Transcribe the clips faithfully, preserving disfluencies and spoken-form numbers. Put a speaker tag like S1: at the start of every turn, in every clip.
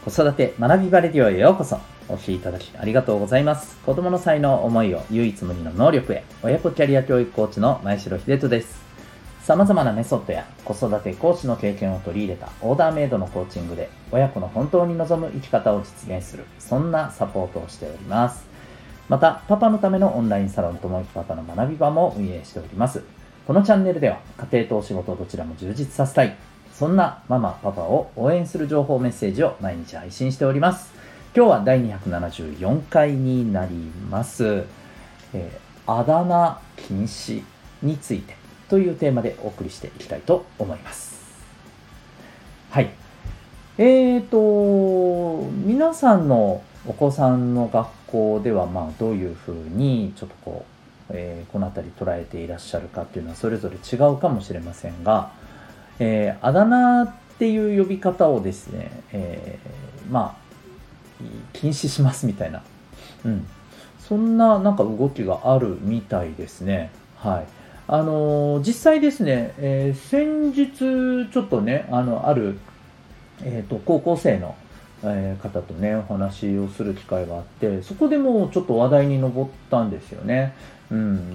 S1: 子育て学びバレディオへようこそ。お聞きいただきありがとうございます。子供の才能、思いを唯一無二の能力へ。親子キャリア教育コーチの前城秀人です。様々なメソッドや子育てコーチの経験を取り入れたオーダーメイドのコーチングで親子の本当に望む生き方を実現する、そんなサポートをしております。また、パパのためのオンラインサロンともいきパパの学び場も運営しております。このチャンネルでは家庭とお仕事どちらも充実させたい、そんなママパパを応援する情報メッセージを毎日配信しております。今日はだいにひゃくななじゅうよんかいになります、えー、あだ名禁止についてというテーマでお送りしていきたいと思います。はい。えーと、皆さんのお子さんの学校では、まあ、どういうふうにちょっとこう、えー、このあたり捉えていらっしゃるかっていうのはそれぞれ違うかもしれませんが、えー、あだ名っていう呼び方をですね、えー、まあ、禁止しますみたいな、うん、そんななんか動きがあるみたいですね。はい。あのー、実際ですね、えー、先日ちょっとね、あの、ある、えーと、高校生の、えー、方とね、お話をする機会があって、そこでもちょっと話題に上ったんですよね。うん、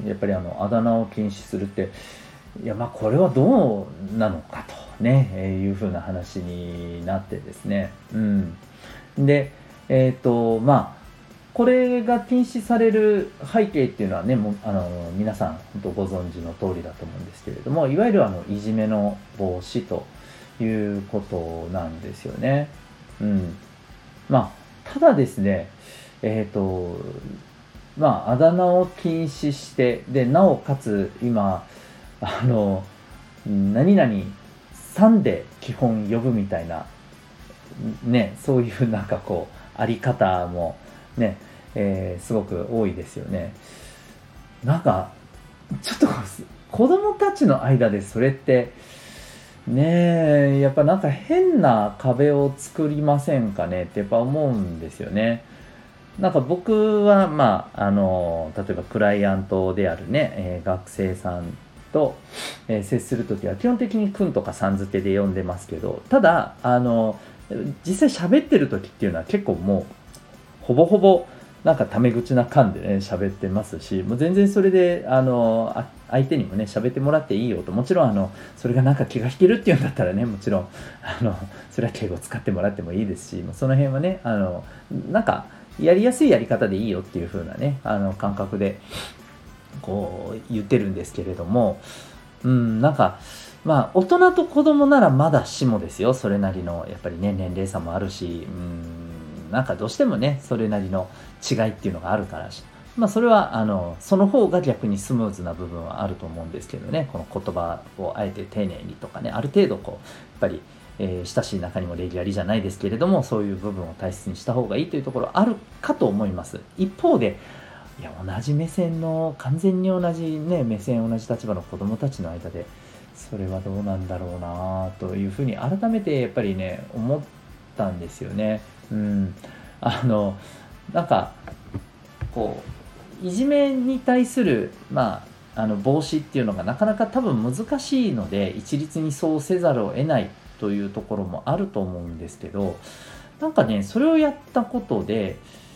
S1: やっぱりあの、あだ名を禁止するって、いや、まあ、これはどうなのかとね、えー、いうふうな話になってですね。うん。で、えっと、まあ、これが禁止される背景っていうのはね、もうあの皆さん本当ご存知の通りだと思うんですけれども、いわゆるあのいじめの防止ということなんですよね。うん。まあ、ただですね、えっと、まあ、あだ名を禁止して、で、なおかつ今、あの、何々さんで基本呼ぶみたいな、ね、そういうなんかこう、あり方もね、えー、すごく多いですよね。なんかちょっと子供たちの間でそれってねえ、やっぱなんか変な壁を作りませんかねってやっぱ思うんですよね。なんか僕はまああの例えばクライアントであるね、えー、学生さんと、えー、接するときは基本的に君とかさん付けで呼んでますけど、ただあの実際喋ってる時っていうのは結構もうほぼほぼなんかタメ口な感でね喋ってますし、もう全然それであのあ相手にもね喋ってもらっていいよと、もちろんあのそれがなんか気が引けるっていうんだったらね、もちろんあのそれは敬語使ってもらってもいいですし、もうその辺はねあのなんかやりやすいやり方でいいよっていう風なねあの感覚でこう言ってるんですけれども、うん、なんかまあ大人と子供ならまだしもですよ、それなりのやっぱりね年齢差もあるし、うんなんかどうしてもねそれなりの違いっていうのがあるからし、まあそれはあのその方が逆にスムーズな部分はあると思うんですけどね、この言葉をあえて丁寧にとかね、ある程度こうやっぱり、えー、親しい中にも礼儀ありじゃないですけれども、そういう部分を大切にした方がいいというところあるかと思います。一方でいや同じ目線の完全に同じね目線同じ立場の子どもたちの間でそれはどうなんだろうなというふうに改めてやっぱりね思ったんですよね。うん、あのなんかこういじめに対する、まあ、あの防止っていうのがなかなか多分難しいので一律にそうせざるを得ないというところもあると思うんですけど、なんかねそれをやったことで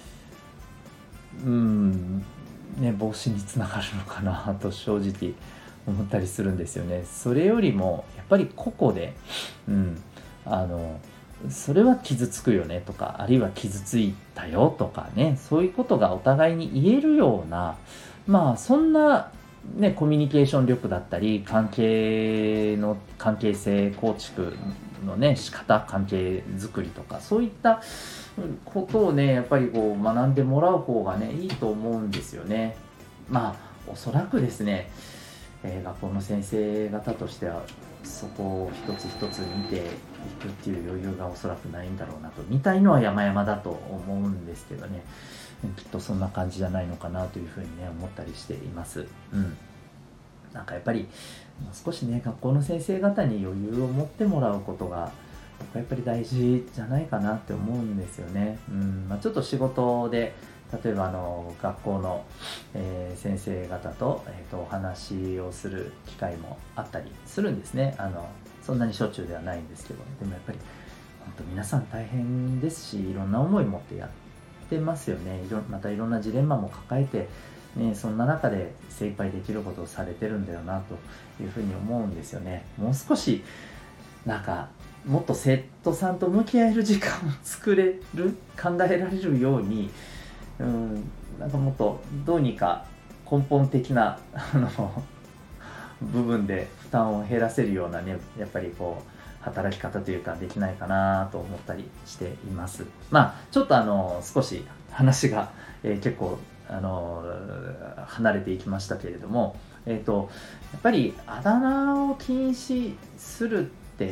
S1: うんね防止につながるのかなと正直思ったりするんですよね。それよりもやっぱり個々で、うん、あのそれは傷つくよねとか、あるいは傷ついたよとかね、そういうことがお互いに言えるような、まあそんなねコミュニケーション力だったり関係の関係性構築のね仕方、関係づくりとかそういったことをねやっぱりこう学んでもらう方がねいいと思うんですよね。まあおそらくですね、えー、学校の先生方としてはそこを一つ一つ見ていくっていう余裕がおそらくないんだろうなと、見たいのは山々だと思うんですけどね、きっとそんな感じじゃないのかなというふうにね思ったりしています。うん、なんかやっぱりもう少しね学校の先生方に余裕を持ってもらうことがやっぱり大事じゃないかなって思うんですよね。うんまあ、ちょっと仕事で例えばあの学校の、えー、先生方と、えーとお話をする機会もあったりするんですね。あのそんなにしょっちゅうではないんですけど、でもやっぱり本当皆さん大変ですし、いろんな思い持ってやってますよね。いろまたいろんなジレンマも抱えて、ね、そんな中で精一杯できることをされてるんだよなというふうに思うんですよね。もう少しなんかもっと生徒さんと向き合える時間を作れる、考えられるように、うん、なんかもっとどうにか根本的なあの部分で負担を減らせるようなね、やっぱりこう働き方というかできないかなと思ったりしています。まあちょっとあの少し話が、えー、結構あの離れていきましたけれども、えっとやっぱりあだ名を禁止するって、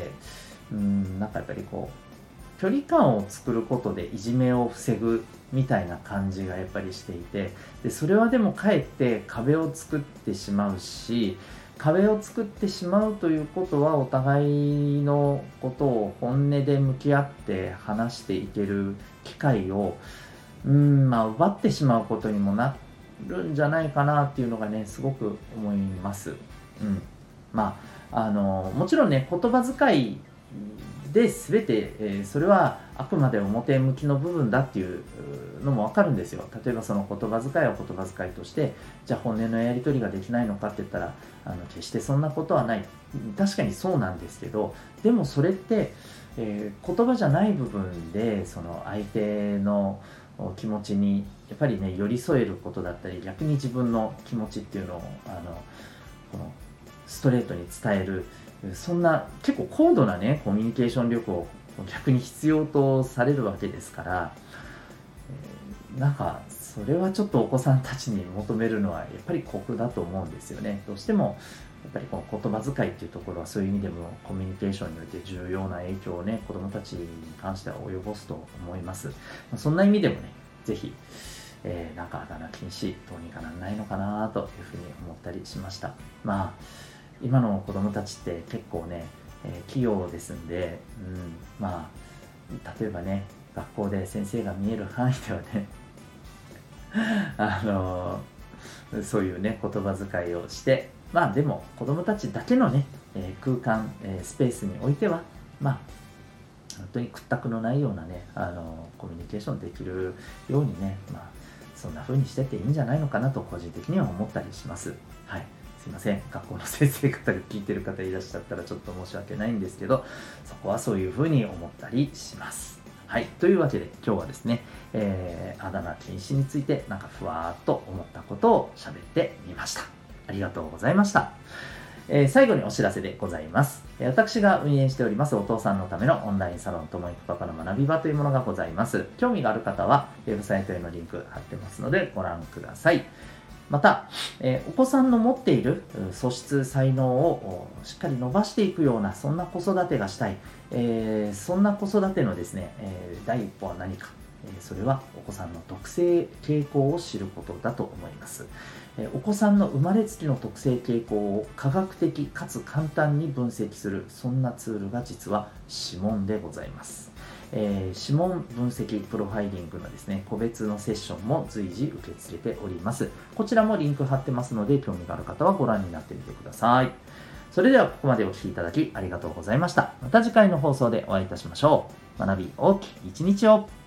S1: うん、なんかやっぱりこう距離感を作ることでいじめを防ぐみたいな感じがやっぱりしていて、でそれはでもかえって壁を作ってしまうし、壁を作ってしまうということはお互いのことを本音で向き合って話していける機会をうーんまあ奪ってしまうことにもなるんじゃないかなっていうのがね、すごく思います。うん、まああのもちろんね、言葉遣いで全て、えーそれはあくまで表向きの部分だっていうのもわかるんですよ。例えばその言葉遣いを言葉遣いとして、じゃあ本音のやり取りができないのかって言ったら、あの決してそんなことはない。確かにそうなんですけど、でもそれって、えー言葉じゃない部分でその相手の気持ちにやっぱりね寄り添えることだったり、逆に自分の気持ちっていうのをあのこのストレートに伝える、そんな結構高度なねコミュニケーション力を逆に必要とされるわけですから、えーなんかそれはちょっとお子さんたちに求めるのはやっぱり酷だと思うんですよね。どうしてもやっぱりこの言葉遣いっていうところはそういう意味でもコミュニケーションにおいて重要な影響をね、子どもたちに関しては及ぼすと思います。そんな意味でもね、ぜひ、えーなんかあだ名禁止どうにかならないのかなというふうに思ったりしました。まあ今の子どもたちって結構ね、えー器用ですんで、うん、まあ例えばね、学校で先生が見える範囲ではねあのそういうね言葉遣いをして、まあでも子どもたちだけのね、えー空間、えースペースにおいては、まあ本当に屈託のないようなね、あのコミュニケーションできるようにね、まあそんな風にしてっていいんじゃないのかなと個人的には思ったりします。はい。すいません。学校の先生方が聞いてる方いらっしゃったらちょっと申し訳ないんですけど、そこはそういう風に思ったりします。はい。というわけで今日はですね、えー、あだ名禁止についてなんかふわーっと思ったことを喋ってみました。ありがとうございました。えー最後にお知らせでございます。えー私が運営しておりますお父さんのためのオンラインサロンともいくパパの学び場というものがございます。興味がある方はウェブサイトへのリンク貼ってますのでご覧ください。また、えーお子さんの持っているう素質、才能をおしっかり伸ばしていくような、そんな子育てがしたい、えーそんな子育てのですね、えー第一歩は何か、えーそれはお子さんの特性、傾向を知ることだと思います。えーお子さんの生まれつきの特性、傾向を科学的かつ簡単に分析する、そんなツールが実は指紋でございます。えー指紋分析プロファイリングのですね、個別のセッションも随時受け付けております。こちらもリンク貼ってますので、興味がある方はご覧になってみてください。それではここまでお聞きいただきありがとうございました。また次回の放送でお会いいたしましょう。学び大きい一日を。